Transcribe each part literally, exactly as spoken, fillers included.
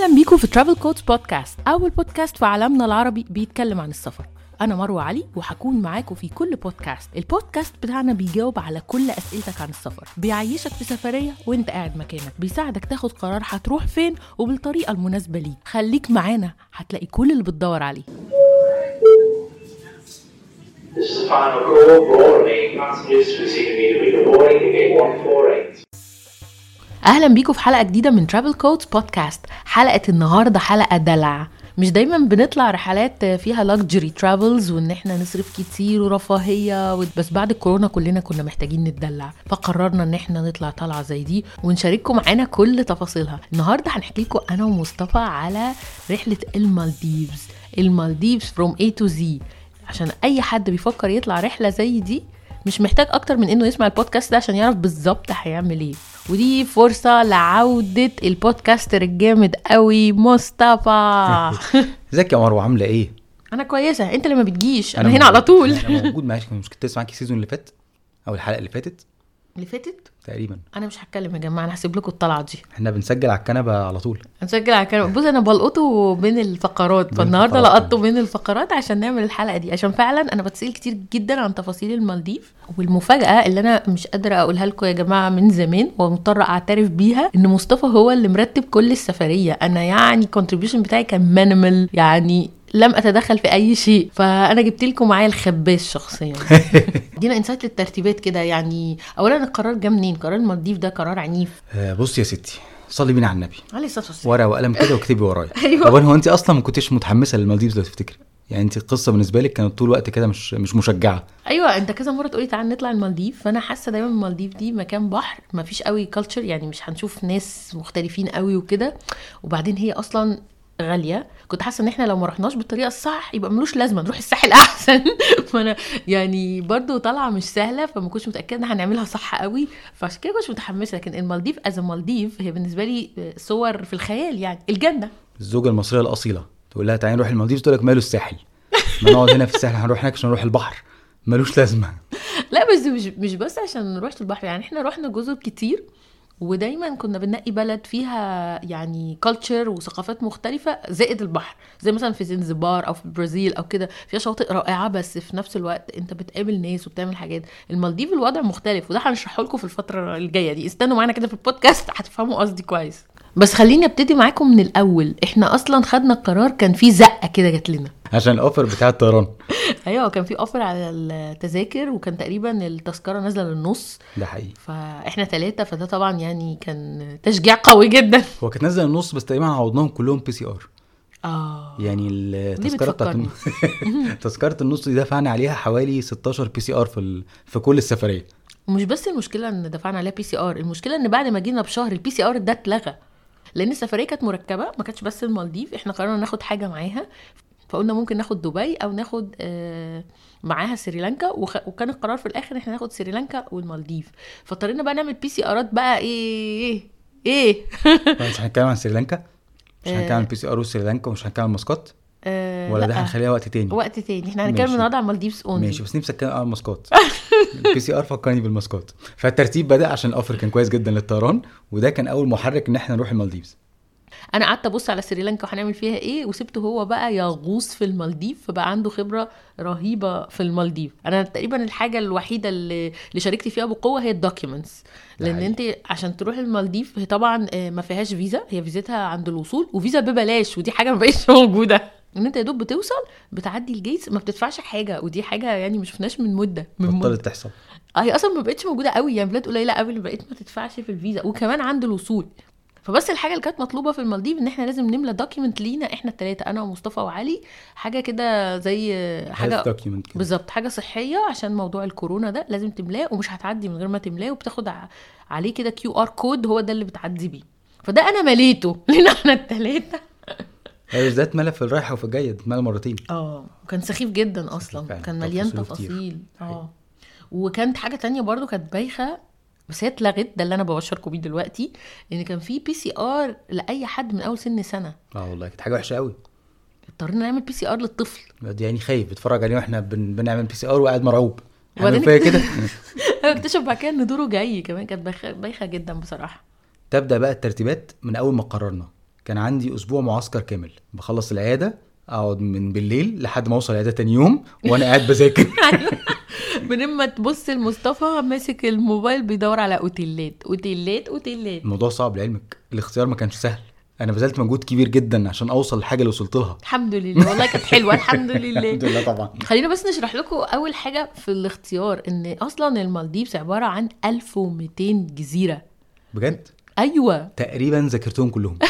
أهلا بيكم في ترافل كودز بودكاست، أول بودكاست في عالمنا العربي بيتكلم عن السفر. أنا مروة علي وحكون معاكم في كل بودكاست. البودكاست بتاعنا بيجاوب على كل أسئلتك عن السفر، بيعيشك في سفرية وانت قاعد مكانك، بيساعدك تاخد قرار هتروح فين وبالطريقة المناسبة ليك. خليك معانا هتلاقي كل اللي بتدور عليه. This is the final call for all remaining passengers receiving immediately boarding to gate one forty-eight. أهلا بيكم في حلقة جديدة من ترافل كودز بودكاست. حلقة النهاردة حلقة دلع. مش دايما بنطلع رحلات فيها luxury travels وان احنا نصرف كتير ورفاهية، بس بعد الكورونا كلنا كنا محتاجين نتدلع، فقررنا ان احنا نطلع طلعة زي دي ونشارككم معانا كل تفاصيلها. النهاردة هنحكي لكم انا ومصطفى على رحلة المالديفز. المالديفز from A to Z، عشان اي حد بيفكر يطلع رحلة زي دي مش محتاج اكتر من انه يسمع البودكاست ده عشان يعرف بالظبط هيعمل ايه. ودي فرصة لعودة البودكاستر الجامد قوي مصطفى. ازيك يا مروه، عامله ايه؟ انا كويسة، انت اللي ما بتجيش. انا, أنا هنا على طول. انا موجود معاك. مش كنت تسمعك السيزون اللي فات او الحلقة اللي فاتت اللي فاتت تقريبا؟ انا مش هتكلم يا جماعة، انا هسيب لكم الطلعة دي. احنا بنسجل على الكنبة على طول. هنسجل على الكلام. بص انا بلقطه بين الفقرات، فالنهارده لقطته بين الفقرات عشان نعمل الحلقه دي، عشان فعلا انا بتسال كتير جدا عن تفاصيل المالديف. والمفاجاه اللي انا مش قادره اقولها لكم يا جماعه من زمان ومضطره اعترف بيها، ان مصطفى هو اللي مرتب كل السفريه. انا يعني الكونتريبيوشن بتاعي كان مينيمال، يعني لم اتدخل في اي شيء، فانا جبت لكم معايا الخباز شخصيا. دينا انسايت للترتيبات كده. يعني اولا القرار جه منين؟ قرار المالديف ده قرار عنيف. آه بص يا ستي، صلي بينا على النبي عليه الصلاه والسلام. ورقه وقلم كده واكتبي ورايا. أيوة. طب هو انت اصلا ما كنتش متحمسه للمالديفز لو تفتكري؟ يعني انت القصه بالنسبه لك كانت طول الوقت كده مش مش مشجعه. ايوه، انت كذا مره تقولي تعال نطلع المالديف، فانا حاسه دايما المالديف دي مكان بحر، ما فيش قوي كلتشر، يعني مش هنشوف ناس مختلفين قوي وكده. وبعدين هي اصلا غاليه. كنت حاسه ان احنا لو ما رحناش بالطريقه الصح يبقى ملوش لازمه، نروح الساحل احسن. فانا يعني برضو طالعه مش سهله، فما كنتش متاكده ان هنعملها صح قوي، فعشان كده كنتش متحمسه. لكن المالديف از مالديف هي بالنسبه لي صور في الخيال، يعني الجنه. الزوجه المصريه الاصيله تقول لها تعالي نروح المالديف، تقول لك ماله الساحل؟ ما نقعد هنا في الساحل، هنروح هناك عشان نروح البحر، ملوش لازمه. لا بس مش مش بس عشان نروح البحر، يعني احنا رحنا جزر كتير ودايما كنا بننقي بلد فيها يعني كالتشر وثقافات مختلفة زائد البحر، زي مثلا في زنزبار او في البرازيل او كده، فيها شواطئ رائعة بس في نفس الوقت انت بتقابل ناس وبتعمل حاجات. المالديف الوضع مختلف، وده هنشرحه لكم في الفترة الجاية دي. استنوا معانا كده في البودكاست هتفهموا قصدي كويس. بس خليني ابتدي معاكم من الاول. احنا اصلا خدنا القرار كان في زقة كده جات لنا عشان الاوفر بتاع الطيران. ايوه كان في اوفر على التذاكر، وكان تقريبا التذكره نازله للنص. ده حقيقي. فاحنا ثلاثه، فده طبعا يعني كان تشجيع قوي جدا. هو كانت نازله النص بس تقريبا عوضناهم كلهم بي سي ار. اه يعني التذكره بتاعت تذكره النص دي دفعنا عليها حوالي ستاشر بي سي ار في ال... في كل السفريه. ومش بس المشكله ان دفعنا عليها بي سي ار، المشكله ان بعد ما جينا بشهر البي سي ار ده اتلغى، لان السفريه كانت مركبه، ما كانتش بس المالديف. احنا قررنا ناخد حاجه معاها، فقلنا ممكن ناخد دبي او ناخد آه معاها سريلانكا، وخ... وكان القرار في الاخر احنا ناخد سريلانكا والمالديف. فاضطرينا بقى نعمل بي سي ارات بقى ايه ايه. مش هنتكلم عن سريلانكا، مش هنتكلم عن بي سي ار وسريلانكا، ومش هنتكلم عن مسقط أه ولا ده هنخليها وقت تاني. وقت تاني احنا هنتكلم النهارده عن مالديفز اونلي. ماشي، بس نفسي اتكلم عن مسقط. البي سي ار فكرني بالمسقط. فالترتيب بدا عشان الاوفر كان كويس جدا للطيران، وده كان اول محرك ان احنا نروح المالديفز. انا قعدت ابص على سريلانكا وهنعمل فيها ايه، وسبته هو بقى يغوص في المالديف، فبقى عنده خبره رهيبه في المالديف. انا تقريبا الحاجه الوحيده اللي, اللي شاركت فيها بقوه هي الدوكيومنتس، لان انت عشان تروح المالديف هي طبعا ما فيهاش فيزا، هي فيزتها عند الوصول، وفيزا ببلاش، ودي حاجه ما بقتش موجوده. ان انت يا دوب بتوصل بتعدي الجيتس ما بتدفعش حاجه، ودي حاجه يعني مش شفناش من مده من بطلت تحصل. اه هي اصلا ما بقتش موجوده قوي، يعني بلاد قليله قوي اللي بقيت ما تدفعش في الفيزا، وكمان عند الوصول. فبس الحاجه اللي كانت مطلوبه في المالديف ان احنا لازم نملى دوكيمنت لينا احنا الثلاثه، انا ومصطفى وعلي، حاجه كده زي حاجه بالظبط حاجه صحيه عشان موضوع الكورونا ده، لازم تملاه ومش هتعدي من غير ما تملاه، وبتاخد عليه كده كيو ار كود، هو ده اللي بتعدي بيه. فده انا مليته لنا احنا الثلاثه. هي ذات ملف الرايحه وفي الجايه اتملى مرتين. اه كان سخيف جدا اصلا، كان مليان تفاصيل. اه وكانت حاجه تانية برضو كانت بايخه بس هي اتلغت، ده اللي انا ببشركم بيه دلوقتي، ان كان في بي سي ار لاي حد من اول سن سنه. اه والله كانت حاجه وحشه قوي. اضطرينا نعمل بي سي ار للطفل، يعني خايف بيتفرج عليه واحنا بن... بنعمل بي سي ار وقاعد مرعوب. وبعدين فيا كده اكتشف بعد كده ان دوره جاي كمان. كانت بايخه جدا بصراحه. تبدا بقى الترتيبات من اول ما قررنا كان عندي اسبوع معسكر كامل، بخلص العياده اقعد من بالليل لحد ما اوصل العياده تاني يوم وانا قاعد بذاكر. من اما تبص لمصطفى ماسك الموبايل بيدور على اوتيلات اوتيلات اوتيلات. الموضوع صعب لعلمك، الاختيار ما كانش سهل، انا بذلت مجهود كبير جدا عشان اوصل للحاجه اللي وصلت لها. الحمد لله والله كانت حلوه. الحمد لله. الحمد لله طبعا. خلينا بس نشرح لكم اول حاجه في الاختيار ان اصلا المالديفز عباره عن ألف ومئتين جزيره. بجد؟ ايوه تقريبا ذاكرتهم كلهم.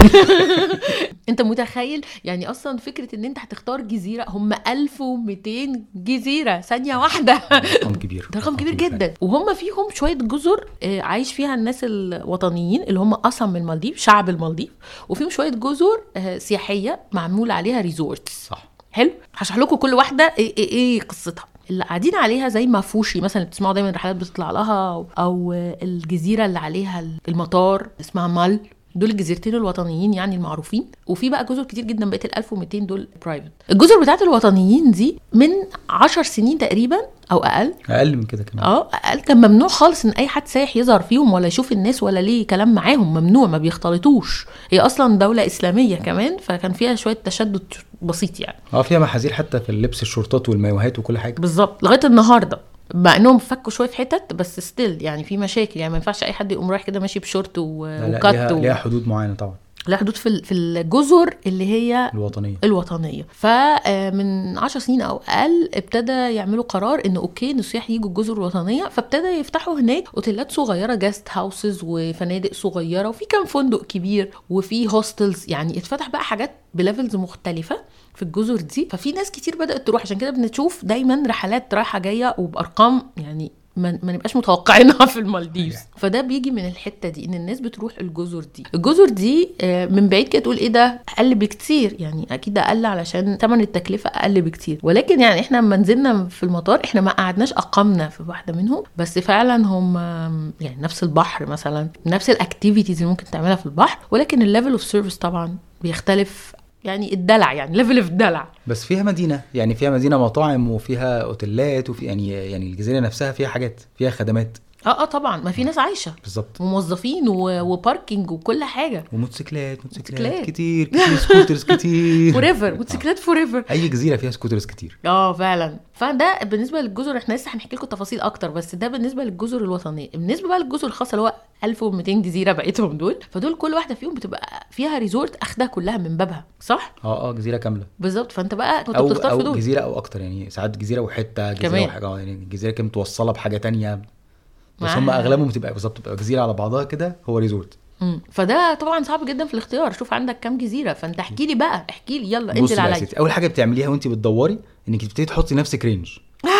انت متخيل يعني اصلا فكره ان انت هتختار جزيره هم ألف ومئتين جزيره ثانيه واحده. رقم كبير، ده رقم كبير جدا. وهم فيهم شويه جزر عايش فيها الناس الوطنيين اللي هم اصلا من المالديف، شعب المالديف، وفيهم شويه جزر سياحيه معمول عليها ريزورتس. صح. حلو. هشرح لكم كل واحده ايه, إيه, إيه قصتها. اللي قاعدين عليها زي مافوشي مثلا اللي بتسمعوا دايما الرحلات بتطلع لها، او الجزيره اللي عليها المطار اسمها مال، دول الجزيرتين الوطنيين يعني المعروفين. وفي بقى جزر كتير جدا بقيت الألف ومئتين دول برايفت. الجزر بتاعت الوطنيين دي من عشر سنين تقريبا او اقل اقل من كده كمان. اه اقل كان ممنوع خالص ان اي حد سايح يظهر فيهم ولا يشوف الناس ولا ليه كلام معاهم، ممنوع، ما بيختلطوش. هي اصلا دولة اسلامية كمان فكان فيها شوية تشدد بسيط يعني. اه فيها محاذير حتى في اللبس، الشورتات والمايوهات وكل حاجة بالظبط لغاية النهاردة، مع انهم فكوا شويه في حتت بس ستيل يعني في مشاكل. يعني ما ينفعش اي حد يقوم رايح كده ماشي بشورت وكات. ليها و... ليها حدود معينه طبعا، لها حدود في في الجزر اللي هي الوطنيه الوطنيه. فمن عشر سنين او اقل ابتدى يعملوا قرار انه اوكي ان السياح يجوا الجزر الوطنيه، فابتدى يفتحوا هناك اوتيلات صغيره، جاست هاوسز وفنادق صغيره، وفي كام فندق كبير وفي هوستلز. يعني اتفتح بقى حاجات بليفلز مختلفه في الجزر دي. ففي ناس كتير بدأت تروح، عشان كده بنشوف دايما رحلات رايحة جاية وبأرقام يعني ما نبقاش متوقعينها في المالديفز. فده بيجي من الحتة دي ان الناس بتروح الجزر دي. الجزر دي من بعيد كده تقول ايه ده اقل بكتير، يعني اكيد اقل علشان ثمن التكلفة اقل بكتير، ولكن يعني احنا لما نزلنا في المطار احنا ما قعدناش اقامنا في واحدة منهم، بس فعلا هم يعني نفس البحر مثلا، نفس الاكتيفيتيز اللي ممكن تعملها في البحر، ولكن الليفل اوف سيرفيس طبعا بيختلف. يعني الدلع يعني ليفل في الدلع. بس فيها مدينه، يعني فيها مدينه مطاعم وفيها اوتيلات وفي يعني يعني الجزيره نفسها فيها حاجات، فيها خدمات. اه اه طبعا ما في ناس عايشه بالظبط، وموظفين وباركينج وكل حاجه، وموتوسيكلات موتوسيكلات كتير كتير سكوترز كتير فوريفر، موتوسيكلات فوريفر. اي جزيره فيها سكوترز كتير. اه فعلا. فده بالنسبه للجزر، احنا لسه هنحكي لكم تفاصيل اكتر، بس ده بالنسبه للجزر الوطنيه. بالنسبه بقى للجزر الخاصه اللي هو ألف ومئتين جزيره بقيتهم دول، فدول كل واحده فيهم بتبقى فيها ريزورت اخدها كلها من بابها، صح؟ اه اه جزيره كامله بالظبط. فانت بقى كنت أو بتختار أو في دول جزيره او اكتر، يعني ساعات جزيره وحته جزيره وحاجه، يعني الجزيره كانت متوصله بحاجه تانية، بس هم اغلبهم بتبقى بالظبط بتبقى جزيره على بعضها كده، هو ريزورت. امم فده طبعا صعب جدا في الاختيار. شوف عندك كام جزيره، فانت احكي لي بقى، احكي لي يلا انزل عليا. اول حاجه بتعمليها وانت بتدوري انك تبتدي تحطي نفسك رينج.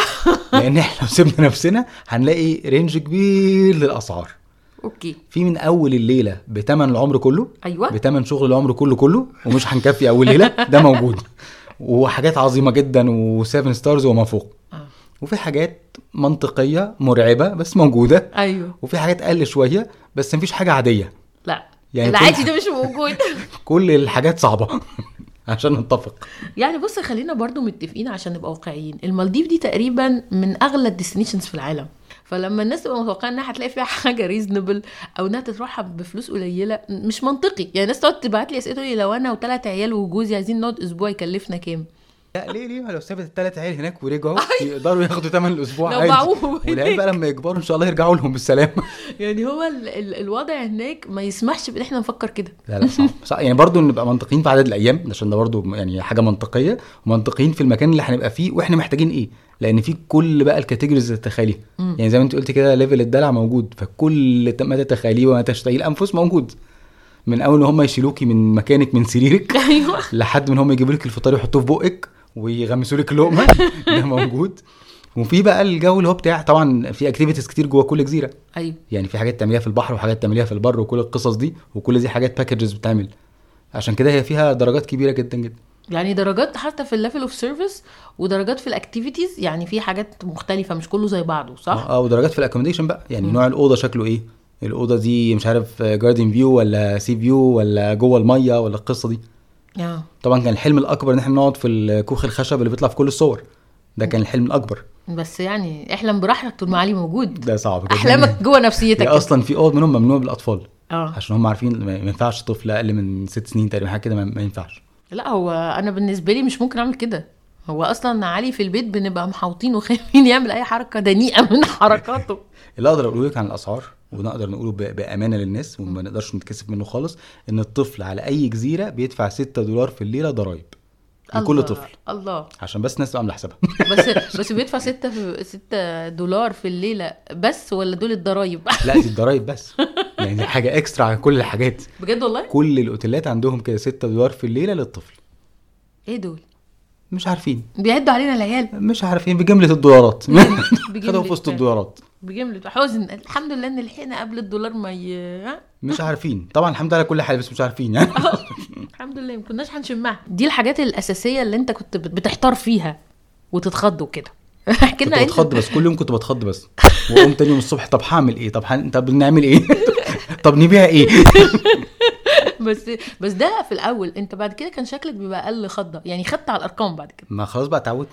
لان احنا لو سيبنا نفسنا هنلاقي رينج كبير للاسعار. اوكي. في من اول الليله بتمن العمر كله، ايوه بتمن شغل العمر كله كله ومش هنكفي اول ليله ده موجود، وحاجات عظيمه جدا وسيفن ستارز وما فوق. آه. وفي حاجات منطقيه مرعبه بس موجوده. ايوه. وفي حاجات اقل شويه بس مفيش حاجه عاديه. لا يعني العادي ده مش موجود. كل الحاجات صعبه عشان نتفق. يعني بص خلينا برضو متفقين عشان نبقى واقعيين، المالديف دي تقريبا من اغلى الديستنيشنز في العالم، فلما الناس تبقى متوقعه انها هتلاقي فيها حاجه ريزنبل او انها تروحها بفلوس قليله، مش منطقي. يعني الناس تقعد تبعت لي اسئله تقول لي لو انا وثلاث عيال وجوزي عايزين نقعد اسبوع يكلفنا كام؟ لا ليه ليه لو سابت الثلاث عيال هناك ورجعوا يقدروا ياخدوا ثمن الاسبوع لو عادي، باعوهم والعيال بقى لما يكبروا ان شاء الله يرجعوا لهم بالسلامه. يعني هو ال ال الوضع هناك ما يسمحش بان احنا نفكر كده. لا لا صعب, صعب. يعني برضو نبقى منطقيين في عدد الايام عشان ده برضو يعني حاجه منطقيه، ومنطقيين في المكان اللي هنبقى فيه واحنا محتاجين ايه، لان في كل بقى الكاتيجوريز التخيليه. يعني زي ما انت قلت كده ليفل الدلع موجود، فكل ما تتخيليه وما تشتهيه الانفس موجود، من اول ان هم يشيلوكي من مكانك من سريرك ايوه لحد من هم يجيبوا لك الفطار يحطوه في بقك ويغمسوا لك لقمه ده موجود. وفي بقى الجو اللي هو بتاع طبعا في اكتيفيتيز كتير جوه كل جزيره. ايوه يعني في حاجات تعمليها في البحر وحاجات تعمليها في البر وكل القصص دي، وكل دي حاجات باكجز بتعمل، عشان كده هي فيها درجات كبيره جدا جدا. يعني درجات حتى في الليفل اوف سيرفيس ودرجات في الاكتيفيتيز، يعني في حاجات مختلفه مش كله زي بعضه، صح؟ اه ودرجات في الاكوموديشن بقى، يعني م. نوع الاوضه شكله ايه، الاوضه دي مش عارف جاردن فيو ولا سي فيو ولا جوه الميه ولا القصه دي. اه طبعا كان الحلم الاكبر ان احنا نقعد في الكوخ الخشب اللي بيطلع في كل الصور، ده كان الحلم الاكبر. بس يعني احلم براحتك طول ما علي موجود، ده صعب جدا. احلامك جوه نفسيتك. اصلا في اوض منهم ممنوع بالاطفال، اه عشان هم عارفين ما ينفعش طفل اقل من ست سنين تقريبا حاجه كده، ما ما ينفعش. لا هو انا بالنسبه لي مش ممكن اعمل كده. هو اصلا علي في البيت بنبقى محاوطين وخايفين يعمل اي حركه دنيئه من حركاته. اللي اقدر اقوله لك عن الاسعار ونقدر نقوله ب- بامانه للناس وما نقدرش نتكسف منه خالص، ان الطفل على اي جزيره بيدفع ستة دولار في الليله ضرايب لكل الله، طفل، الله. عشان بس الناس تبقى عامله حسابها. بس بس بيدفع ستة في ستة دولار في الليله بس، ولا دول الضرايب؟ لا دي الضرايب بس، يعني دي حاجه اكسترا عن كل الحاجات. بجد والله؟ كل الاوتيلات عندهم كده ستة دولار في الليله للطفل. ايه دول؟ مش عارفين بيعدوا علينا العيال مش عارفين بجمله الدولارات. خدوا في وسط بجملة- الدولارات. بجملة حزن. الحمد لله ان لحقنا قبل الدولار ما ي... ها؟ مش عارفين طبعا، الحمد لله على كل حاجه، بس مش عارفين يعني. الحمد لله ما كناش هنشمها. دي الحاجات الاساسيه اللي انت كنت بت- بتحتار فيها وتتخض وكده. احكي كنت لنا انت. بتخض بس، كل يوم كنت بتخض بس، واقوم تاني يوم الصبح طب هعمل ايه، طب هن... طب نعمل ايه، طب نبيع ايه. بس بس ده في الاول. انت بعد كده كان شكلك بيبقى اقل خضه، يعني خدت على الارقام بعد كده. ما خلاص بقى اتعودت.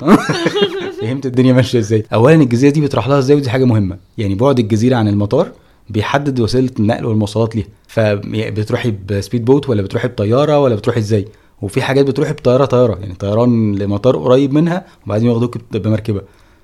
فهمت الدنيا ماشيه ازاي. اولا الجزيره دي بتروح لها ازاي، ودي حاجه مهمه. يعني بعد الجزيره عن المطار بيحدد وسيله النقل والمواصلات ليها، فبتروحي بسبيد بوت ولا بتروحي بطياره ولا بتروحي ازاي. وفي حاجات بتروحي بطياره طياره، يعني طيران لمطار قريب منها وبعدين ياخدوك بمركبه.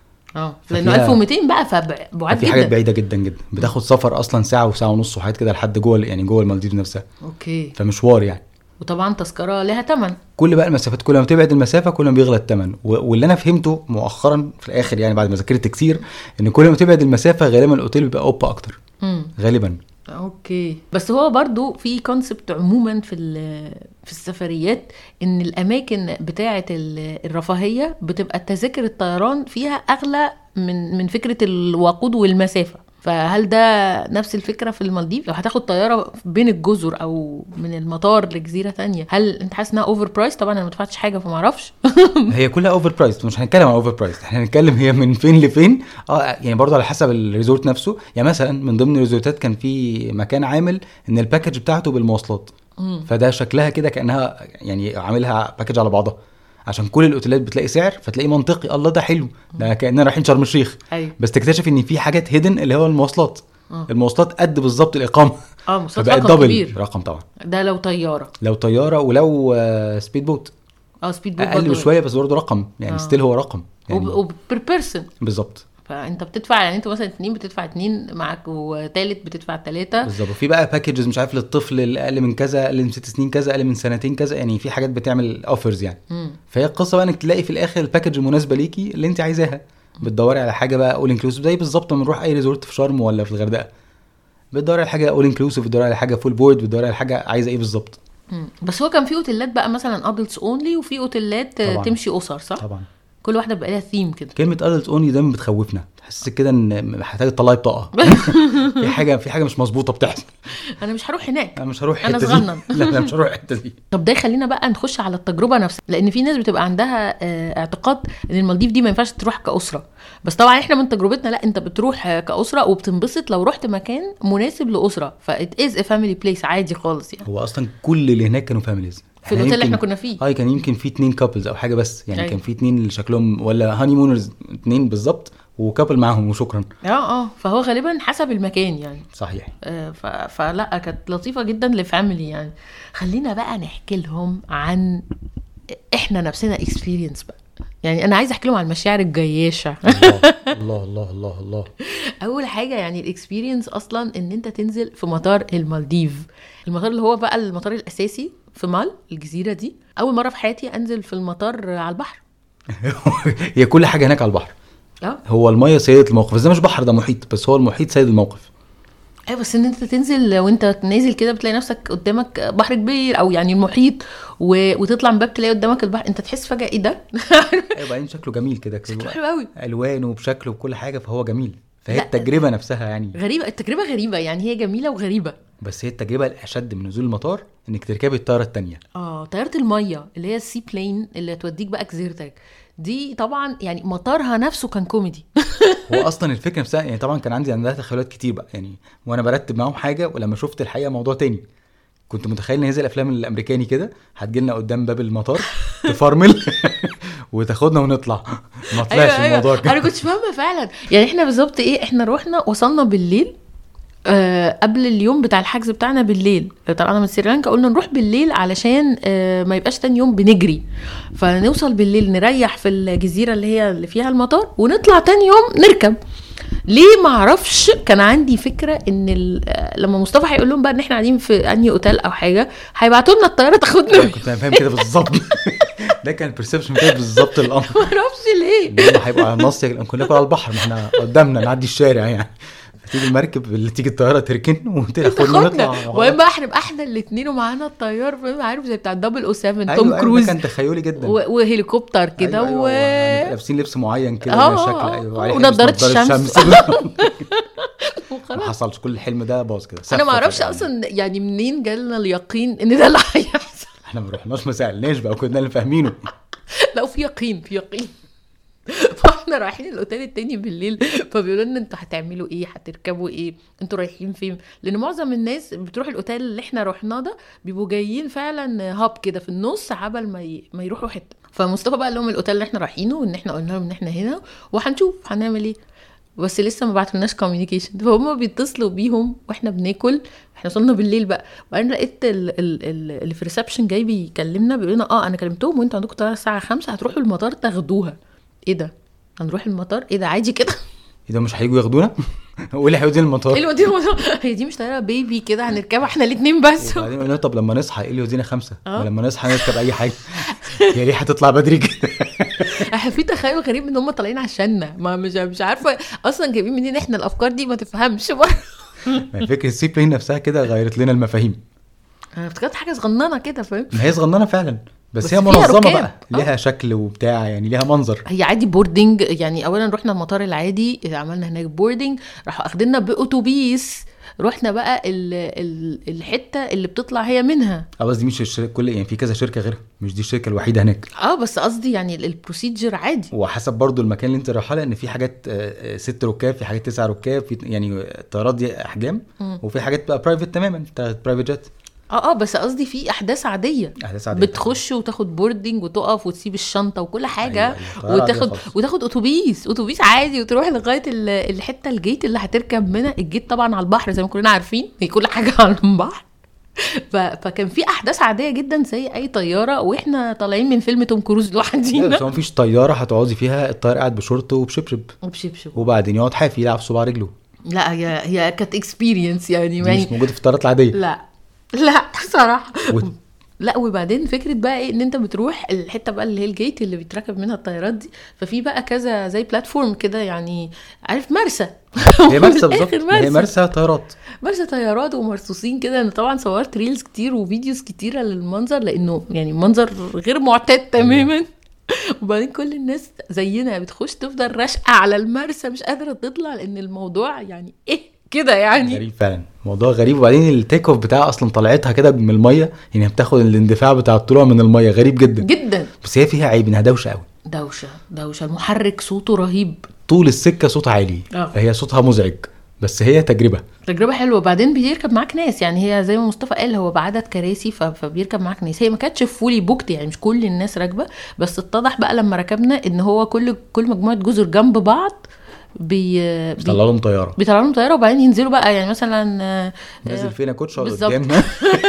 اه لانه ففيها- ألف ومئتين بقى فبعد في جدا. حاجات بعيده جدا جدا، بتاخد سفر اصلا ساعه وساعه ونص وحاجات كده لحد جوه، يعني جوه المالديف نفسها، اوكي. فمشوار يعني. وطبعا تذكره لها ثمن. كل بقى المسافات كل ما تبعد المسافه كل ما بيغلى الثمن. واللي انا فهمته مؤخرا في الاخر يعني بعد ما ذاكرت كتير، ان كل ما تبعد المسافه غالبا الاوتيل بيبقى اوبا اكتر امم غالبا. اوكي. بس هو برضو في كونسبت عموما في ال- في السفريات، ان الاماكن بتاعه ال- الرفاهيه بتبقى تذاكر الطيران فيها اغلى من من فكره الوقود والمسافه. فهل ده نفس الفكره في المالديف؟ لو هتاخد طياره بين الجزر او من المطار لجزيره تانية، هل انت حاسس انها اوفر برايس؟ طبعا انا ما دفعتش حاجه فما اعرفش. هي كلها اوفر برايس، مش هنتكلم عن اوفر برايس، احنا هنتكلم هي من فين لفين. اه يعني برضو على حسب الريزورت نفسه. يعني مثلا من ضمن الريزورتات كان في مكان عامل ان الباكج بتاعته بالمواصلات، فده شكلها كده كانها يعني عاملها باكج على بعضها، عشان كل الاوتيلات بتلاقي سعر فتلاقي منطقي، الله ده حلو، ده كاننا رايحين شرم الشيخ. ايوه. بس تكتشف ان في حاجات هيدن اللي هو المواصلات. آه. المواصلات قد بالظبط الاقامه، اه مواصلات فبقت رقم دبل كبير. رقم طبعا. ده لو طياره. لو طياره ولو آه، سبيد بوت اه سبيد بوت اقل برضو. بشويه بس برضه رقم يعني، آه. ستيل هو رقم يعني. وب بير بيرسون. بالظبط فانت بتدفع، يعني انت مثلا اتنين بتدفع اتنين معاك، وتالت بتدفع تلاتة. بالظبط. وفي بقى باكجز مش عارف للطفل اللي اقل من كذا، اقل من ست سنين كذا، اقل من سنتين كذا، يعني في حاجات بتعمل اوفرز يعني. مم. فهي القصه بقى انك تلاقي في الاخر الباكج المناسبه ليكي اللي انت عايزاها. بتدوري على حاجه بقى اول انكلوسيف، زي بالظبط لما نروح اي ريزورت في شرم ولا في الغردقه، بتدوري على حاجه اول انكلوسيف، بتدوري على حاجه فول بورد، بتدوري على حاجه عايزه ايه بالظبط. مم. بس هو كان في اوتيلات بقى مثلا ادلتس اونلي، وفي اوتيلات طبعاً. تمشي اسر، صح؟ طبعا كل واحده بقى لها ثيم كده. كلمه ادلت اونلي دايما بتخوفنا، تحسسك كده ان محتاج تطلعي بطاقه. في حاجه في حاجه مش مظبوطه بتحصل. انا مش هروح هناك. انا مش هروح أنا الحته صغنن. دي. لا انا مش هروح الحته دي. طب ده يخلينا بقى نخش على التجربه نفسها، لان في ناس بتبقى عندها آه، اعتقاد ان المالديف دي ما ينفعش تروح كاسره. بس طبعا احنا من تجربتنا لا، انت بتروح آه، كاسره وبتنبسط لو رحت مكان مناسب لاسره. فات از ا فاميلي بليس عادي خالص يعني. هو اصلا كل اللي هناك كانوا فاميليز في الاوتيل اللي احنا كنا فيه. اه كان يمكن في اتنين كابلز او حاجه بس يعني. أيوة. كان في اتنين اللي شكلهم ولا هاني مونرز اتنين بالظبط، وكابل معاهم وشكرا. اه اه فهو غالبا حسب المكان يعني. صحيح. آه، ف... فلا كانت لطيفه جدا لفاميلي يعني. خلينا بقى نحكي لهم عن احنا نفسنا اكسبيرينس بقى. يعني انا عايزه احكي لهم عن المشاعر الجياشه. الله الله الله الله. اول حاجه يعني الاكسبيرينس اصلا ان انت تنزل في مطار المالديف، المطار اللي هو بقى المطار الاساسي في مال الجزيره دي. اول مره في حياتي انزل في المطار على البحر. هي كل حاجه هناك على البحر. اه هو الميه سيده الموقف، بس ده مش بحر ده محيط، بس هو المحيط سيد الموقف. ايوه بس ان انت تنزل وانت نازل كده بتلاقي نفسك قدامك بحر كبير او يعني المحيط، و... وتطلع من باب تلاقي قدامك البحر، انت تحس فجاه ايه ده. ايوه بعدين شكله جميل كده، شكله حلو قوي، الوانه وبشكله وكل حاجه، فهو جميل. فهي لا. التجربه نفسها يعني غريبه. التجربه غريبه يعني، هي جميله وغريبه. بس هي التجربه الاشد من نزول المطار انك تركبي الطياره الثانيه. اه طياره الميه اللي هي السي بلين اللي توديك بقى جزيرتك دي، طبعا يعني مطارها نفسه كان كوميدي. هو اصلا الفكره نفسها يعني طبعا كان عندي عندها تخيلات كتير بقى يعني، وانا برتب معاهم حاجه، ولما شفت الحقيقه موضوع تاني. كنت متخيل ان هذه الافلام الامريكاني كده هتجيلنا قدام باب المطار تفرمل وتاخدنا ونطلع. ما طلعش أيوة الموضوع أيوة. كده. انا كنت فاهمه فعلا يعني. احنا بالظبط ايه، احنا روحنا وصلنا بالليل آه قبل اليوم بتاع الحجز بتاعنا بالليل طلعنا من سريلانكا، قلنا نروح بالليل علشان آه ما يبقاش تاني يوم بنجري، فنوصل بالليل نريح في الجزيرة اللي هي اللي فيها المطار ونطلع تاني يوم نركب. ليه ما اعرفش، كان عندي فكره ان لما مصطفى هيقول لهم بقى ان احنا قاعدين في انهي اوتيل او حاجه هيبعتوا لنا الطياره تاخدنا. كنت فاهم كده بالظبط. ده كان البرسبشن كده بالظبط الامر. ما اعرفش ليه لما هيبقى على النص كنا على البحر، ما احنا قدامنا نعدي الشارع يعني، تيجي المركب اللي تيجي الطياره تركن وتاخدنا ونطلع. وين بقى احنا احنا الاثنين ومعانا الطيار، فاهم، عارف زي بتاع دبل او سبعة أيوة توم كروز. كان تخيلي جدا. وهليكوبتر كده. أيوة و أيوة لابسين لبس معين كده آه شكل. ايوه ونضاره الشمس. ما حصلش، كل الحلم ده باظ كده. انا ما اعرفش يعني. اصلا يعني منين جالنا اليقين ان ده اللي هيحصل؟ احنا ما رحناش ما سالناش بقى، كنا اللي فاهمينه. لا في يقين في يقين. فاحنا رايحين الاوتيل التاني بالليل، فبيقولوا لنا انتوا هتعملوا ايه، هتركبوا ايه، انتوا رايحين فين؟ لان معظم الناس بتروح الاوتيل اللي احنا رحناه ده بيبقوا جايين فعلا هاب كده في النص عبل ما ي... ما يروحوا حته. فمصطفى بقى لهم الاوتيل اللي احنا رايحينه، وان احنا قلنا لهم ان احنا هنا وهنشوف هنعمل ايه، بس لسه ما بعتلناش كوميونيكيشن. فهم بيتصلوا بيهم واحنا بناكل، احنا وصلنا بالليل بقى، وبعدين لقيت اللي في الريسبشن جاي بيكلمنا بيقول لنا اه انا كلمتهم وانتوا عندكم طياره الساعه خمسة هتروحوا المطار تاخدوها. ايه ده؟ هنروح المطار؟ ايه ده عادي كده؟ ايه ده مش هيجوا ياخدونا؟ هو اللي هيودينا المطار؟ ايه اللي يودينا المطار؟ هي دي مش طياره بيبي كده هنركبها احنا الاثنين بس؟ وبعدين قلنا طب لما نصحى ايه اللي يودينا خمسة؟ ولما نصحى نركب اي حاجه. يا ريت هتطلع بدري كده. احنا في تخيل غريب ان هم طالعين عشاننا، ما مش مش عارفه اصلا جايبين منين احنا الافكار دي، ما تفهمش. ما فكره السي بلين نفسها كده غيرت لنا المفاهيم. انا افتكرت حاجه صغننه كده، فاهم؟ ما هي صغننه فعلا، بس, بس هي منظمه بقى، ليها شكل وبتاع يعني، ليها منظر. هي عادي بوردنج يعني. اولا رحنا المطار العادي، عملنا هناك بوردنج، راحوا اخدنا باوتوبيس، رحنا بقى ال ال الحته اللي بتطلع هي منها. اه بس دي مش الشركه كل يعني، في كذا شركه غيرها، مش دي الشركه الوحيده هناك. اه بس قصدي يعني البروسيجر عادي، وحسب برضو المكان اللي انت رايحه، لان في حاجات ست ركاب، في حاجات تسعة ركاب، في يعني الطيارات دي احجام، وفي حاجات بقى برايفت تماما، برايفت جيت. اه اه بس قصدي في احداث عاديه، احداث عاديه بتخش وتاخد بوردنج وتقف وتسيب الشنطه وكل حاجه. أيوة أيوة. وتاخد وتاخد اتوبيس اتوبيس عادي وتروح لغايه الحته الجيت اللي هتركب منها. الجيت طبعا على البحر زي ما كلنا عارفين، هي كل حاجه على البحر. فكان في احداث عاديه جدا زي اي طياره، واحنا طالعين من فيلم توم كروز لوحدينا. بس ما فيش طياره هتقعدي فيها الطيار قاعد بشورت وبشبشب وبشبشب وبعدين يقعد حافي يلعب صباع رجله. لا هي هي كانت اكسبيرينس يعني، مش موجوده في الطيارات العاديه. لا لا صراحه و... لا. وبعدين فكره بقى ايه، ان انت بتروح الحته بقى اللي هي الجيت اللي بيتركب منها الطيارات دي، ففي بقى كذا زي بلاتفورم كده يعني، عارف، مرسى. هي مرسى بالظبط، هي مرسى طيارات، مرسى طيارات ومرصوصين كده. انا طبعا صورت ريلز كتير وفيديوز كتيره للمنظر، لانه يعني منظر غير معتاد تماما. وبعدين كل الناس زينا بتخش تفضل راشقه على المرسى مش قادره تطلع، لان الموضوع يعني ايه كده يعني، غريب فعلا، موضوع غريب. وبعدين التيك اوف بتاعها اصلا طلعتها كده من الميه، يعني بتاخد الاندفاع بتاع الطلوع من الميه، غريب جدا جدا. بس هي فيها عيب انها دوشه قوي، دوشه دوشه. المحرك صوته رهيب طول السكه، صوت عالي. أوه. هي صوتها مزعج، بس هي تجربه تجربه حلوه. بعدين بيركب معاك ناس، يعني هي زي ما مصطفى قال هو بعدد كراسي، فبيركب معاك ناس. هي ما كانتش فولي بوكت يعني، مش كل الناس راكبه، بس اتضح بقى لما ركبنا ان هو كل كل مجموعه جزر جنب بعض بي بيطلعوا لهم طياره بيطلعوا لهم طياره وبعدين ينزلوا بقى، يعني مثلا نازل فينا كوتش قدامنا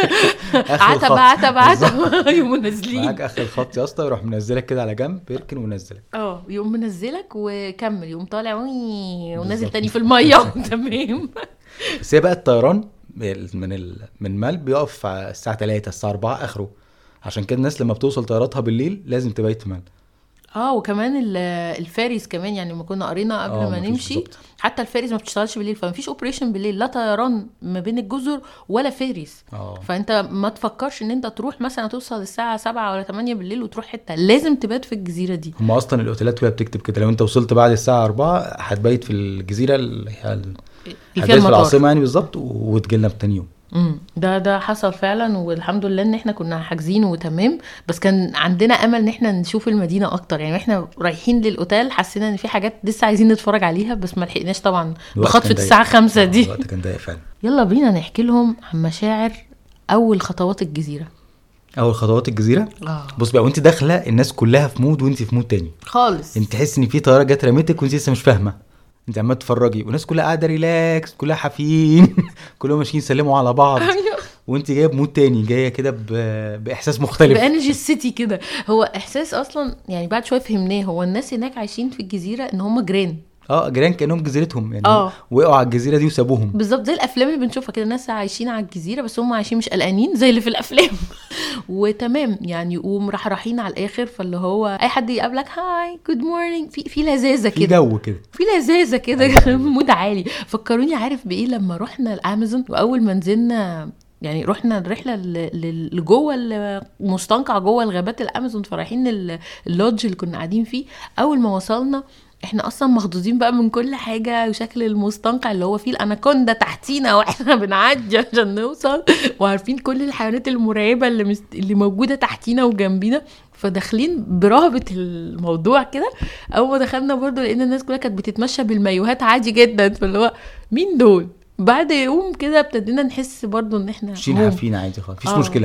عتبه عتبه عتبه يقوموا نازلين معاك اخر الخط يا اسطى، يروح منزلك كده على جنب، بيركن ونزلك، اه يقوم منزلك وكمل، يقوم طالع ونازل تاني في الميه. تمام. بس هي بقى الطيران من ال... من مال بيقف الساعه ثلاثة الساعه أربعة اخره، عشان كده الناس لما بتوصل طياراتها بالليل لازم تبيت في مال. اه وكمان الفاريز كمان، يعني ما كنا قرينا قبل ما نمشي بالزبط. حتى الفاريز ما بتشتغلش بالليل، فما فيش اوبريشن بالليل، لا طيران ما بين الجزر ولا فاريز. أوه. فانت ما تفكرش ان انت تروح مثلا توصل الساعه سبعة ولا ثمانية بالليل وتروح حته، لازم تبات في الجزيره دي. هم اصلا الاوتيلات وهي بتكتب كده لو انت وصلت بعد الساعه أربعة هتبيت في الجزيره اللي هي في العاصمه يعني بالظبط، وتجيلنا بتاني يوم. امم ده ده حصل فعلا، والحمد لله ان احنا كنا حاجزين وتمام. بس كان عندنا امل ان احنا نشوف المدينه اكتر، يعني احنا رايحين للاوتيل حسينا ان في حاجات لسه عايزين نتفرج عليها، بس ما لحقناش طبعا بخطفه الساعه خمسة دي. الوقت كان ضيق فعلا. يلا بينا نحكي لهم عن مشاعر اول خطوات الجزيره. اول خطوات الجزيره اه بص بقى، وانت داخله الناس كلها في مود وانت في مود تاني خالص، انت تحس ان في طياره جت رمتك وانت لسه مش فاهمه انت عمال تتفرجي والناس كلها قاعده ريلاكس، كلها حافيين كلهم ماشيين يسلموا على بعض وانت جايه بمود تاني، جايه كده باحساس مختلف، بانرجي السيتي كده. هو احساس اصلا يعني بعد شويه فهمناه، هو الناس هناك عايشين في الجزيره ان هم جيران. اه جيران كانهم جزيرتهم يعني. اه وقعوا على الجزيره دي وسابوهم بالظبط زي الافلام اللي بنشوفها كده، الناس عايشين على الجزيره بس هم عايشين مش قلقانين زي اللي في الافلام وتمام يعني، ومرحرحين على الاخر. فاللي هو اي حد يقابلك هاي جود مورنينج، في في لذاذه كده، في جو كده، في لذاذه كده مود عالي. فكروني عارف بايه لما رحنا الامازون واول ما نزلنا يعني رحنا الرحله لجوه المستنقع جوه الغابات الامازون، فرايحين اللودج اللي كنا قاعدين فيه. اول ما وصلنا احنا اصلا مخضوضين بقى من كل حاجه، وشكل المستنقع اللي هو فيه الاناكوندا تحتينا واحنا بنعدي عشان نوصل، وعارفين كل الحيوانات المرعبه اللي مست... اللي موجوده تحتينا وجنبينا. فداخلين برهبه الموضوع كده. اول ما دخلنا برضو لان الناس كلها كانت بتتمشى بالمايوهات عادي جدا، فاللي هو مين دول؟ بعد يوم كده ابتدينا نحس برضو ان احنا ماشيين حافين عادي خالص، مفيش آه. مشكله،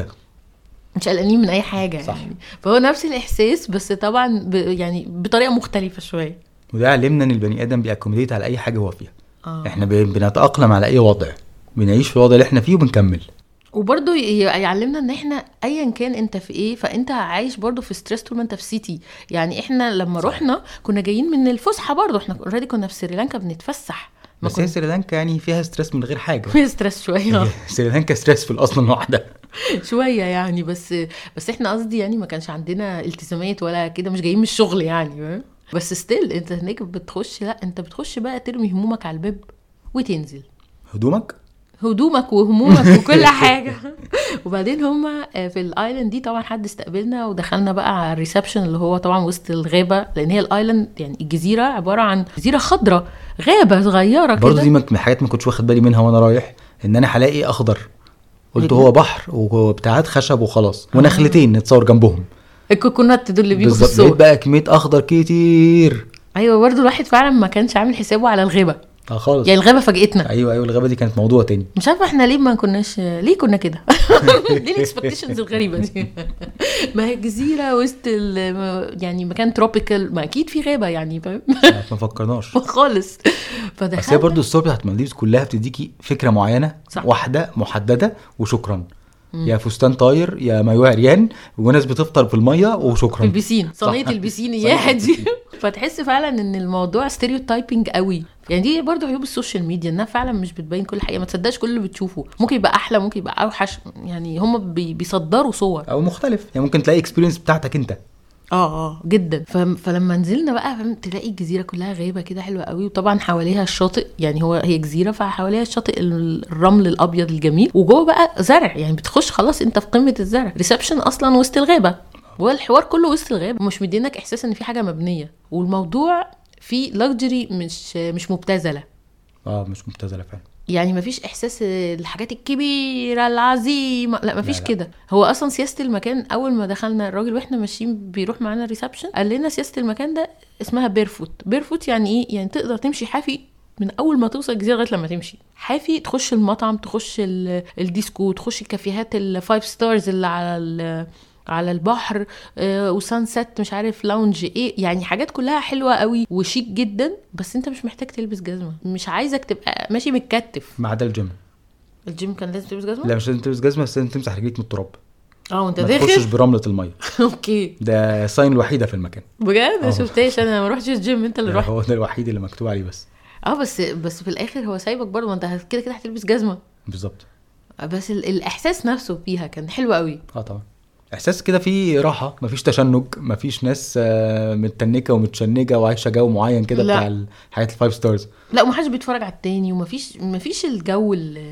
مش قلقانين من اي حاجه صح. يعني. فهو نفس الاحساس بس طبعا ب... يعني بطريقه مختلفه شويه. وده علمنا ان البني ادم بيأكوميديت على اي حاجه هو فيها. آه. احنا بنتأقلم على اي وضع، بنعيش في الوضع اللي احنا فيه وبنكمل. وبرضو يعلمنا ان احنا ايا كان انت في ايه، فانت عايش برضو في ستريس طول ما انت في سيتي. يعني احنا لما صح. رحنا كنا جايين من الفسحه برضو، احنا اوريدي كنا في سريلانكا بنتفسح. بس هي سريلانكا يعني فيها ستريس من غير حاجه، فيها ستريس شويه سريلانكا ستريس في الاصل لوحدها شويه يعني. بس بس احنا قصدي يعني ما كانش عندنا التزامات ولا كده، مش جايين من الشغل يعني. بس ستيل انت هناك بتخش، لا انت بتخش بقى ترمي همومك على الباب وتنزل. هدومك هدومك وهمومك وكل حاجه. وبعدين هما في الايلاند دي طبعا حد استقبلنا ودخلنا بقى على الريسبشن اللي هو طبعا وسط الغابه، لان هي الايلاند يعني الجزيره عباره عن جزيره خضراء، غابه صغيره كده. برضه دي من حاجات ما كنتش واخد بالي منها وانا رايح، ان انا هلاقي اخضر، قلت هو بحر وبتاعات خشب وخلاص ونخلتين نتصور جنبهم، الكوكونات دول اللي بيجوا في الصور. بالظبط بقى كميه اخضر كتير. ايوه برضه الواحد فعلا ما كانش عامل حسابه على الغابه اه خالص، يعني الغابه فاجئتنا. ايوه ايوه الغابه دي كانت موضوع تاني، مش عارفه احنا ليه ما كناش، ليه كنا كده ليه الاكسبكتيشنز الغريبه دي؟ ما هي جزيره وسط يعني مكان تروبيكال، ما اكيد في غابه يعني، فاهم؟ ما فكرناش خالص. فدخلنا بس هي برضه الصور بتاعت مالديفز كلها بتديكي فكره معينه صح. واحده محدده وشكرا، مم. يا فستان طاير يا مايو عريان وناس بتفطر في الميه وشكرا، في البسين صينيه البسين يا دي. فتحس فعلا ان الموضوع ستيريوتايبنج قوي يعني. دي برضو عيوب السوشيال ميديا، انها فعلا مش بتبين كل حاجه، ما تصدقش كل اللي بتشوفه، ممكن يبقى احلى ممكن يبقى اوحش يعني. هم بي بيصدروا صور او مختلف يعني، ممكن تلاقي اكسبيرينس بتاعتك انت اه اه جدا. فلما نزلنا بقى تلاقي الجزيره كلها غابه كده حلوه قوي، وطبعا حواليها الشاطئ يعني، هو هي جزيره فحواليها الشاطئ الرمل الابيض الجميل، وجوه بقى زرع يعني، بتخش خلاص انت في قمه الزرع. ريسبشن اصلا وسط الغابه، والحوار كله وسط الغابه، مش مدينك احساس ان في حاجه مبنيه، والموضوع في لاكجري مش مش مبتذله. اه مش مبتذله فعلا يعني مفيش احساس الحاجات الكبيره العظيمه، لا مفيش كده. هو اصلا سياسه المكان اول ما دخلنا الراجل واحنا ماشيين بيروح معانا الريسبشن قال لنا سياسه المكان ده اسمها بيرفوت. بيرفوت يعني ايه؟ يعني تقدر تمشي حافي من اول ما توصل الجزيره لغايه لما تمشي حافي، تخش المطعم، تخش الديسكو، تخش الكافيهات الفايف ستارز اللي على على البحر، آه وسانسات مش عارف لاونج ايه يعني، حاجات كلها حلوه قوي وشيك جدا. بس انت مش محتاج تلبس جزمه، مش عايزك تبقى ماشي متكتف. ما عدا الجيم، الجيم كان لازم تلبس جزمه. لا مش لازم تلبس جزمه، بس لازم تمسح رجليك من التراب. اه وانت داخل ما تخشش برمله الميه. اوكي ده الساين الوحيده في المكان بجد. ما شفتهاش انا، ما رحتش الجيم، انت اللي رحت. هو ده الوحيد اللي مكتوب عليه بس. اه بس بس في الاخر هو سايبك برضه، ما انت كده كده هتلبس جزمه. بالظبط. بس الاحساس نفسه فيها كان حلو قوي. اه طبعا احساس كده فيه راحه، مفيش تشنج، مفيش ناس متنكه ومتشنجه وعايشه جو معين كده بتاع الحياه الفايف ستارز. لا ومحدش بيتفرج على التاني، ومفيش مفيش الجو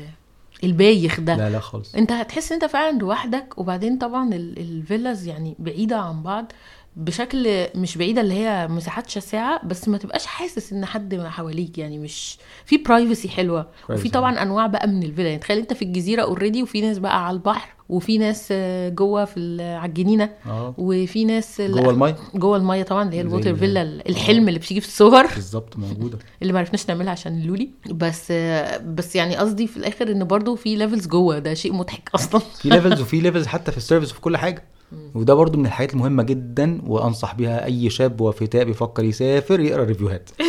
البايخ ده. لا لا خالص. انت هتحس انت فعلا لوحدك. وبعدين طبعا الفيلاز يعني بعيده عن بعض بشكل مش بعيده اللي هي مساحات شاسعه، بس ما تبقاش حاسس ان حد حواليك يعني، مش في برايفسي حلوه. وفي طبعا انواع بقى من الفيلا يعني، تخيل انت في الجزيره اوريدي وفي ناس بقى على البحر، وفي ناس جوه في على الجنينه، وفي ناس جوه الميه جوه الميه طبعا اللي هي الووتر فيلا الحلم اللي بتيجي في الصور بالظبط موجوده، اللي ما عرفناش نعملها عشان اللولي. بس بس يعني قصدي في الاخر ان برضو في ليفلز جوه، ده شيء مضحك اصلا. في ليفلز وفي ليفلز حتى في السيرفيس وفي كل حاجه. وده برضو من الحاجات المهمه جدا، وانصح بيها اي شاب وفتاة بيفكر يسافر يقرا ريفيوهات.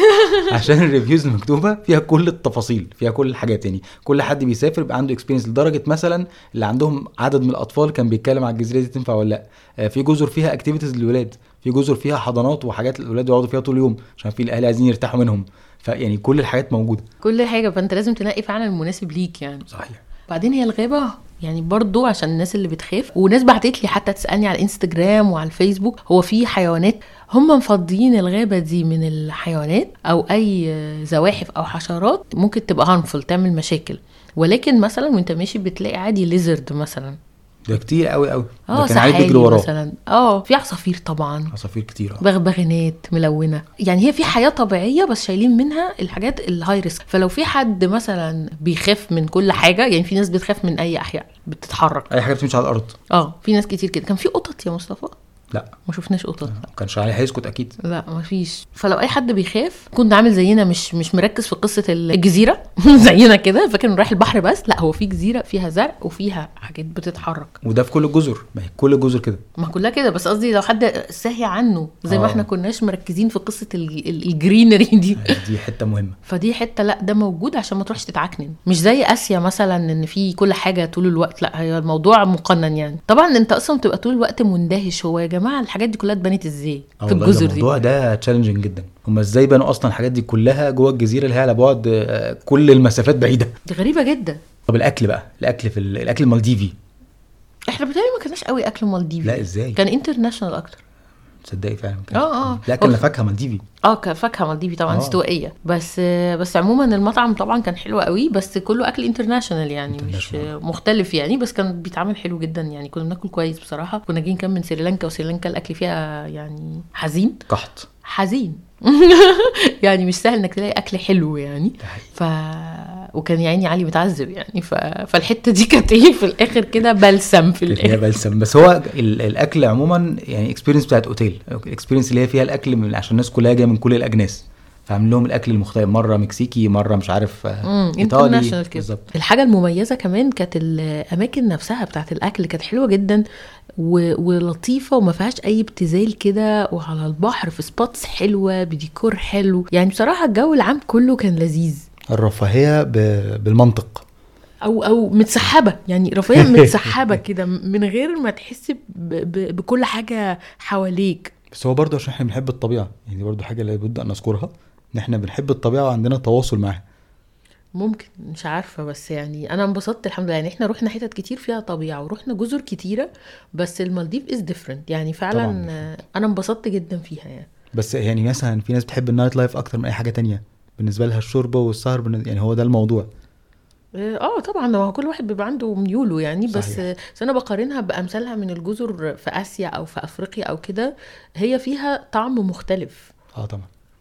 عشان الريفيوز المكتوبه فيها كل التفاصيل، فيها كل الحاجات. يعني كل حد بيسافر يبقى عنده اكسبيرينس لدرجه مثلا اللي عندهم عدد من الاطفال كان بيتكلم على الجزيره دي تنفع ولا لا. في جزر فيها اكتيفيتيز للولاد، في جزر فيها حضانات وحاجات الاولاد يقعدوا فيها طول اليوم عشان في الاهالي عايزين يرتاحوا منهم. فيعني كل الحاجات موجوده، كل حاجه، فانت لازم تنقي فعلا المناسب ليك يعني. صحيح. بعدين هي الغابه يعني برضو عشان الناس اللي بتخاف، وناس بعتت لي حتى تسالني على الانستجرام وعلى الفيسبوك، هو في حيوانات هم مفضيين الغابه دي من الحيوانات او اي زواحف او حشرات ممكن تبقى هارمفul تعمل مشاكل، ولكن مثلا وانت ماشي بتلاقي عادي ليزرد مثلا. ده كتير قوي قوي، اه سحالي مثلا، اه في عصافير طبعا، عصافير كتير، بغبغانات ملونه. يعني هي في حياه طبيعيه بس شايلين منها الحاجات الهاي ريسك. فلو في حد مثلا بيخاف من كل حاجه، يعني في ناس بتخاف من اي احياء بتتحرك، اي حاجه بتمشي على الارض. اه في ناس كتير كده. كان في قطط يا مصطفى؟ لا ما شفناش قطط. ما كانش عليه هيسكت اكيد. لا ما فيش. فلو اي حد بيخاف كنت عامل زينا، مش مش مركز في قصه الجزيره زينا كده، فكان رايح البحر بس. لا هو في جزيره فيها زرع وفيها حاجات بتتحرك، وده في كل الجزر. ما هي كل الجزر كده، ما كلها كده، بس قصدي لو حد ساهي عنه زي ما آه. احنا كناش مركزين في قصه الجرينري دي دي حته مهمه. فدي حته لا ده موجود عشان ما تروحش تتعكنن. مش زي اسيا مثلا ان في كل حاجه طول الوقت، لا هي الموضوع مقنن يعني. طبعا انت اصلا بتبقى طول الوقت مندهش، هو يا جماعه الحاجات دي كلها اتبنت ازاي في الجزر دي؟ الموضوع ده تشالنجينج جدا. هم ازاي بنوا اصلا الحاجات دي كلها جوه الجزيره اللي هي على بعد كل المسافات بعيده؟ دي غريبه جدا. طب الاكل بقى، الاكل في الاكل المالديفي، احنا بتهيألي ما كناش قوي اكل مالديفي. لا ازاي؟ كان انترناشونال اكتر. تصدقي فعلا كان اه اه لا كان فاكهه مالديفي. اه كفاكهه مالديفي طبعا آه. استوائيه. بس بس عموما المطعم طبعا كان حلو قوي، بس كله اكل انترناشونال يعني مش مختلف يعني، بس كان بيتعامل حلو جدا يعني. كنا بناكل كويس بصراحه. كنا جايين كام من سريلانكا، وسريلانكا الاكل فيها يعني حزين قحط حزين يعني مش سهل انك تلاقي اكل حلو يعني. ف وكان يعني علي متعذب يعني. ف... فالحته دي كانت ايه في الاخر كده بلسم في الاخر. هي بلسم. بس هو ال... الاكل عموما يعني اكسبيرينس بتاعت اوتيل، اكسبيرينس اللي هي فيها الاكل من... عشان الناس كلها جايه من كل الاجناس، فعمل لهم الاكل المختلف، مره مكسيكي مره مش عارف ايطالي. الحاجه المميزه كمان كانت الاماكن نفسها بتاعت الاكل كانت حلوه جدا و... ولطيفه وما فيهاش اي ابتذال كده، وعلى البحر في سبوتس حلوه بديكور حلو يعني. بصراحه الجو العام كله كان لذيذ. الرفاهيه ب... بالمنطق او او متسحبه يعني، رفاهيه متسحبه كده من غير ما تحس ب... ب... بكل حاجه حواليك. بس هو برضه عشان احنا بنحب الطبيعه يعني، برضه حاجه اللي بدنا نذكرها ان احنا بنحب الطبيعه وعندنا تواصل معها. ممكن مش عارفه، بس يعني انا انبسطت الحمد لله يعني. احنا رحنا حتت كتير فيها طبيعه ورحنا جزر كتيره، بس المالديف از ديفرنت يعني فعلا طبعاً. انا انبسطت جدا فيها يعني. بس يعني مثلا في ناس بتحب النايت لايف اكتر من اي حاجه تانية، بالنسبه لها الشرب والسهر يعني هو ده الموضوع. اه طبعا هو كل واحد بيبقى عنده ميوله يعني. بس صحيح. بس انا بقارنها بامثالها من الجزر في اسيا او في افريقيا او كده، هي فيها طعم مختلف. اه طبعا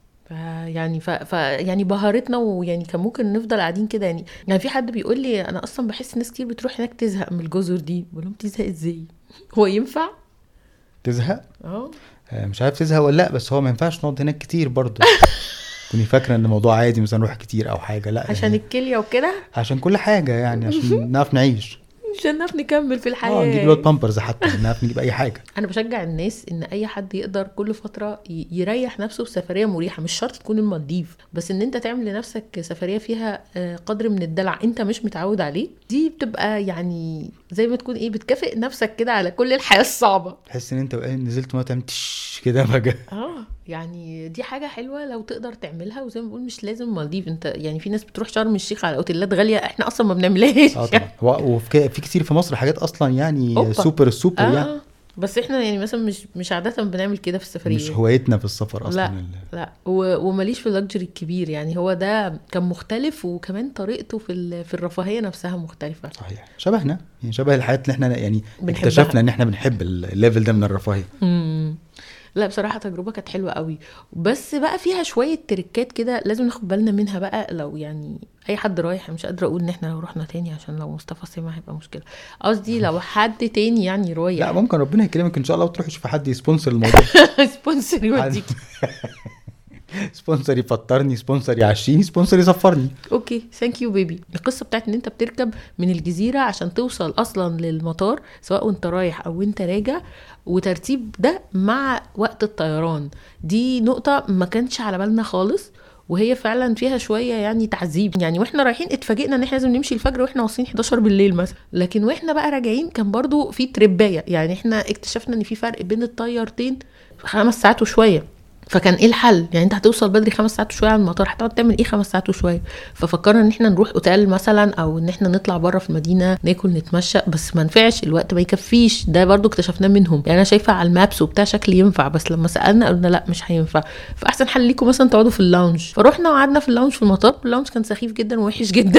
يعني ف... ف يعني بهارتنا، ويعني كان ممكن نفضل قاعدين كده يعني. يعني في حد بيقول لي انا اصلا بحس ناس كتير بتروح هناك تزهق من الجزر دي. بقول لهم تزهق ازاي؟ هو ينفع تزهق؟ اه مش عارف تزهق ولا لا، بس هو ما ينفعش نقعد هناك كتير برضو. كنت فاكره ان الموضوع عادي مثلا نروح كتير او حاجه، لا عشان يعني الكليه وكده، عشان كل حاجه يعني، عشان نعرف نعيش، عشان نعرف نكمل في الحياه. اه نجيب لود بامبرز حتى، نعرف نجيب اي حاجه. انا بشجع الناس ان اي حد يقدر كل فتره يريح نفسه بسفريه مريحه. مش شرط تكون المالديف، بس ان انت تعمل لنفسك سفريه فيها قدر من الدلع انت مش متعود عليه. دي بتبقى يعني زي ما تكون ايه، بتكافئ نفسك كده على كل الحياه الصعبه. تحس ان انت نزلت ما تعملش كده بقى. اه يعني دي حاجه حلوه لو تقدر تعملها. وزي ما بقول مش لازم مالديف. انت يعني في ناس بتروح شرم الشيخ على اوتيلات غاليه احنا اصلا ما بنعملهاش. اه طبعا. وفي كتير في مصر حاجات اصلا يعني أوبا. سوبر السوبر آه. يعني بس احنا يعني مثلا مش مش عاده بنعمل كده في السفريه، مش هوايتنا في السفر اصلا. لا لا وماليش في اللكجري الكبير يعني. هو ده كان مختلف، وكمان طريقته في في الرفاهيه نفسها مختلفه. صحيح شبهنا يعني، شبه الحياه اللي احنا يعني بنحبها. اكتشفنا ان احنا بنحب الليفل ده من الرفاهيه. امم لا بصراحه تجربه كانت حلوه قوي، بس بقى فيها شويه تريكات كده لازم ناخد بالنا منها بقى. لو يعني اي حد رايح، مش قادره اقول ان احنا لو رحنا تاني عشان لو مصطفى سمع هيبقى مشكله. قصدي لو حد تاني يعني رايح، لا ممكن ربنا يكرمك ان شاء الله وتروحي تشوفي حد يسبونسر الموضوع. سبونسر يوديك، سبونسر يفطرني، سبونسر يعشيني، سبونسر يسفرني. اوكي ثانك يو بيبي. القصه بتاعت ان انت بتركب من الجزيره عشان توصل اصلا للمطار، سواء وانت رايح او وانت راجع، وترتيب ده مع وقت الطيران، دي نقطه ما كانش على بالنا خالص. وهي فعلا فيها شويه يعني تعذيب يعني. واحنا رايحين اتفاجئنا ان احنا لازم نمشي الفجر واحنا واصلين حداشر بالليل مثلا، لكن واحنا بقى راجعين كان برضو في تربايه يعني. احنا اكتشفنا ان في فرق بين الطيارتين خمس ساعات وشويه، فكان ايه الحل يعني؟ انت هتوصل بدري خمس ساعات وشويه على المطار، هتقعد تعمل ايه خمس ساعات وشويه؟ ففكرنا ان احنا نروح اوتيل مثلا، او ان احنا نطلع بره في المدينه ناكل نتمشى، بس ما نفعش، الوقت ما يكفيش. ده برضو اكتشفناه منهم يعني. انا شايفه على المابس وبتاع شكل ينفع، بس لما سالنا قلنا لا مش هينفع. فاحسن حل ليكم مثلا تقعدوا في اللاونج. فروحنا وقعدنا في اللاونج في المطار. الللاونج كان سخيف جدا ووحش جدا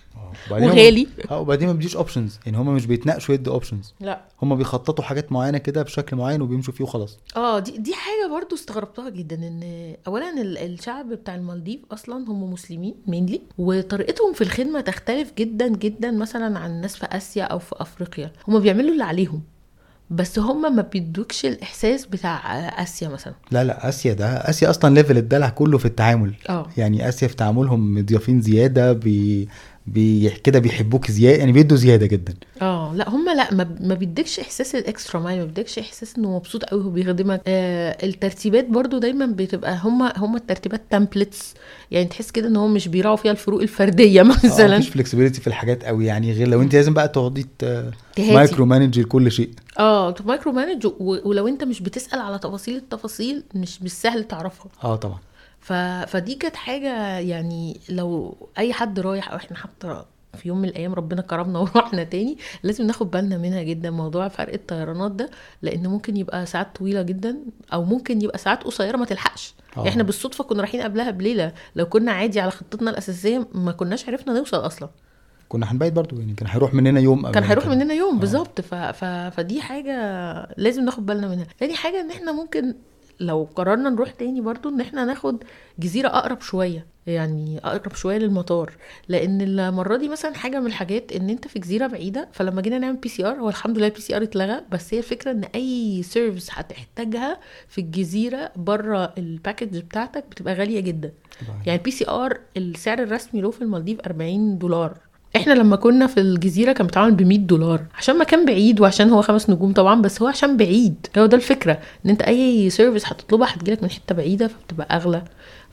وغالي. اه وبعدين ما بيديش اوبشنز يعني، هم مش بيتناقشوا يدي اوبشنز، لا هم بيخططوا حاجات معينه كده بشكل معين وبيمشوا فيه وخلاص. اه دي دي حاجه برضو استغربتها جدا، ان اولا الشعب بتاع المالديف اصلا هم مسلمين مينلي، وطريقتهم في الخدمه تختلف جدا جدا مثلا عن الناس في اسيا او في افريقيا. هم بيعملوا اللي عليهم، بس هم ما بيدوكش الاحساس بتاع اسيا مثلا. لا لا اسيا ده اسيا اصلا ليفل الدلع كله في التعامل. اه يعني اسيا في تعاملهم مضيافين زياده، بي بي كده بيحبوك زياده يعني، بيدوا زياده جدا. اه لا هم لا ما, ما بيدكش احساس الاكسترا مايل، ما بيدكش احساس انه مبسوط قوي وبيخدمك. آه الترتيبات برضو دايما بتبقى هم هم الترتيبات تمبلتس يعني، تحس كده ان هم مش بيراعوا فيها الفروق الفرديه مثلا. اه مفيش فلكسبيليتي في الحاجات قوي يعني، غير لو انت لازم بقى تقعدي مايكرو مانج لكل شيء. اه مايكرو مانج، ولو انت مش بتسال على تفاصيل التفاصيل مش بالسهل تعرفها. اه طبعا. ف... فدي كانت حاجه يعني، لو اي حد رايح او احنا حتى في يوم من الايام ربنا كرمنا ورحنا تاني، لازم ناخد بالنا منها جدا، موضوع فرق الطيرانات ده، لان ممكن يبقى ساعات طويله جدا او ممكن يبقى ساعات قصيره ما تلحقش. يعني احنا بالصدفه كنا رايحين قبلها بليله، لو كنا عادي على خطتنا الاساسيه ما كناش عرفنا نوصل اصلا، كنا هنبيت برضو يعني، كان هيروح مننا يوم كان هيروح مننا يوم بالظبط. ف... ف... فدي حاجه لازم ناخد بالنا منها. تاني حاجه ان احنا ممكن لو قررنا نروح تاني برضو ان احنا ناخد جزيرة اقرب شوية، يعني اقرب شوية للمطار، لان المرة دي مثلا حاجة من الحاجات ان انت في جزيرة بعيدة. فلما جينا نعمل بي سي ار، هو الحمد لله البي سي ار اتلغى، بس هي الفكرة ان اي سيرفيس هتحتاجها في الجزيرة بره الباكج بتاعتك بتبقى غالية جدا. يعني البي سي ار السعر الرسمي له في المالديف أربعين دولار، احنا لما كنا في الجزيرة كان بتعمل بمية دولار، عشان مكان بعيد وعشان هو خمس نجوم طبعا، بس هو عشان بعيد. هو ده الفكرة، ان انت اي سيرفيس هتطلبها هتجيلك من حتة بعيدة فبتبقى اغلى.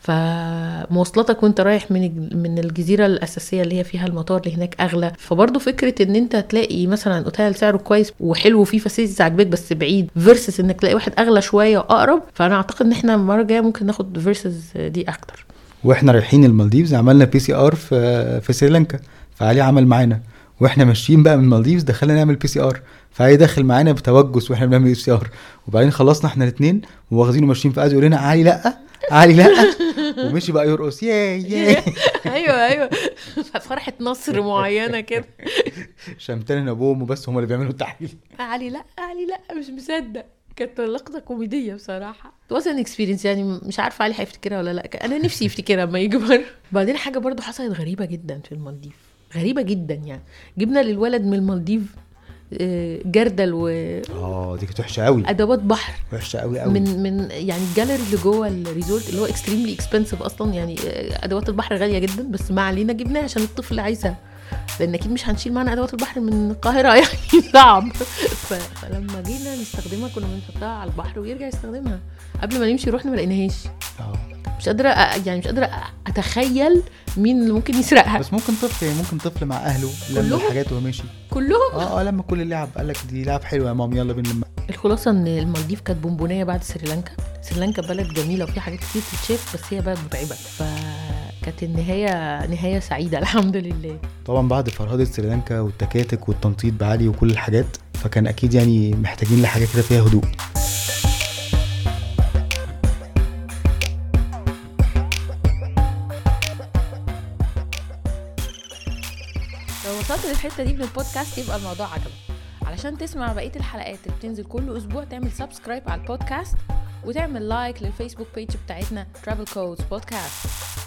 فمواصلاتك وانت رايح من من الجزيرة الاساسية اللي هي فيها المطار اللي هناك اغلى. فبرضو فكرة ان انت تلاقي مثلا اوتيل سعره كويس وحلو وفيه فاسيلتيز عاجباك بس بعيد، فيرسس انك تلاقي واحد اغلى شوية واقرب. فانا اعتقد ان احنا المرة الجاية ممكن ناخد فيرسس دي اكتر. واحنا رايحين المالديفز عملنا بي سي ار في في سريلانكا، فعلي عمل معانا، واحنا ماشيين بقى من المالديفز دخلنا نعمل بي سي ار، فعلي داخل معانا بتوجس واحنا بنعمل بي سي ار. وبعدين خلصنا احنا الاثنين وواخدينه ماشيين، فقعد يقول لنا علي لا علي لا، ومشي بقى يرقص يا يا ايوه ايوه فرحه نصر معينه كده، شمتان ابوهم وبس هم اللي بيعملوا التحليل. علي لا علي لا مش مصدق. كانت لقطه كوميديه بصراحه، وصل اكسبيرينس يعني. مش عارفه علي هيفتكرها ولا لا، انا نفسي يفتكرها لما يكبر. بعدين حاجه برضو حصلت غريبه جدا في المالديف، غريبه جدا يعني. جبنا للولد من المالديف جردل و اه دي كانت وحشه قوي، ادوات بحر وحشه قوي قوي من من يعني الجاليري اللي جوه الريزورت اللي هو اكستريملي اكسبنسيف اصلا يعني. ادوات البحر غاليه جدا، بس ما علينا جبناها عشان الطفل عايزها، لان اكيد مش هنشيل معنا ادوات البحر من القاهره يعني صعب. فلما جينا نستخدمها كنا بنحطها على البحر ويرجع يستخدمها. قبل ما نمشي رحنا ما لقيناش. اه مش قادره يعني مش قادره اتخيل مين اللي ممكن يسرقها. بس ممكن طفل يعني، ممكن طفل مع اهله لما الحاجات وهو ماشي كلهم. اه اه لما كل اللعب قال لك دي لعب حلوه يا مام يلا بينا. الخلاصه ان المالديف كانت بونبونيه بعد سريلانكا. سريلانكا بلد جميله وفيها حاجات كتير تتشاف، بس هي بلد متعبه. ف كانت النهايه نهايه سعيده الحمد لله. طبعا بعد فرهده سريلانكا والتكاتك والتنطيط بعلي وكل الحاجات، فكان اكيد يعني محتاجين لحاجه كده فيها هدوء. لو وصلت للحته دي من البودكاست يبقى الموضوع عجبك. علشان تسمع بقيه الحلقات اللي بتنزل كل اسبوع تعمل سبسكرايب على البودكاست، وتعمل لايك للفيسبوك بيج بتاعتنا Travel Codes Podcast.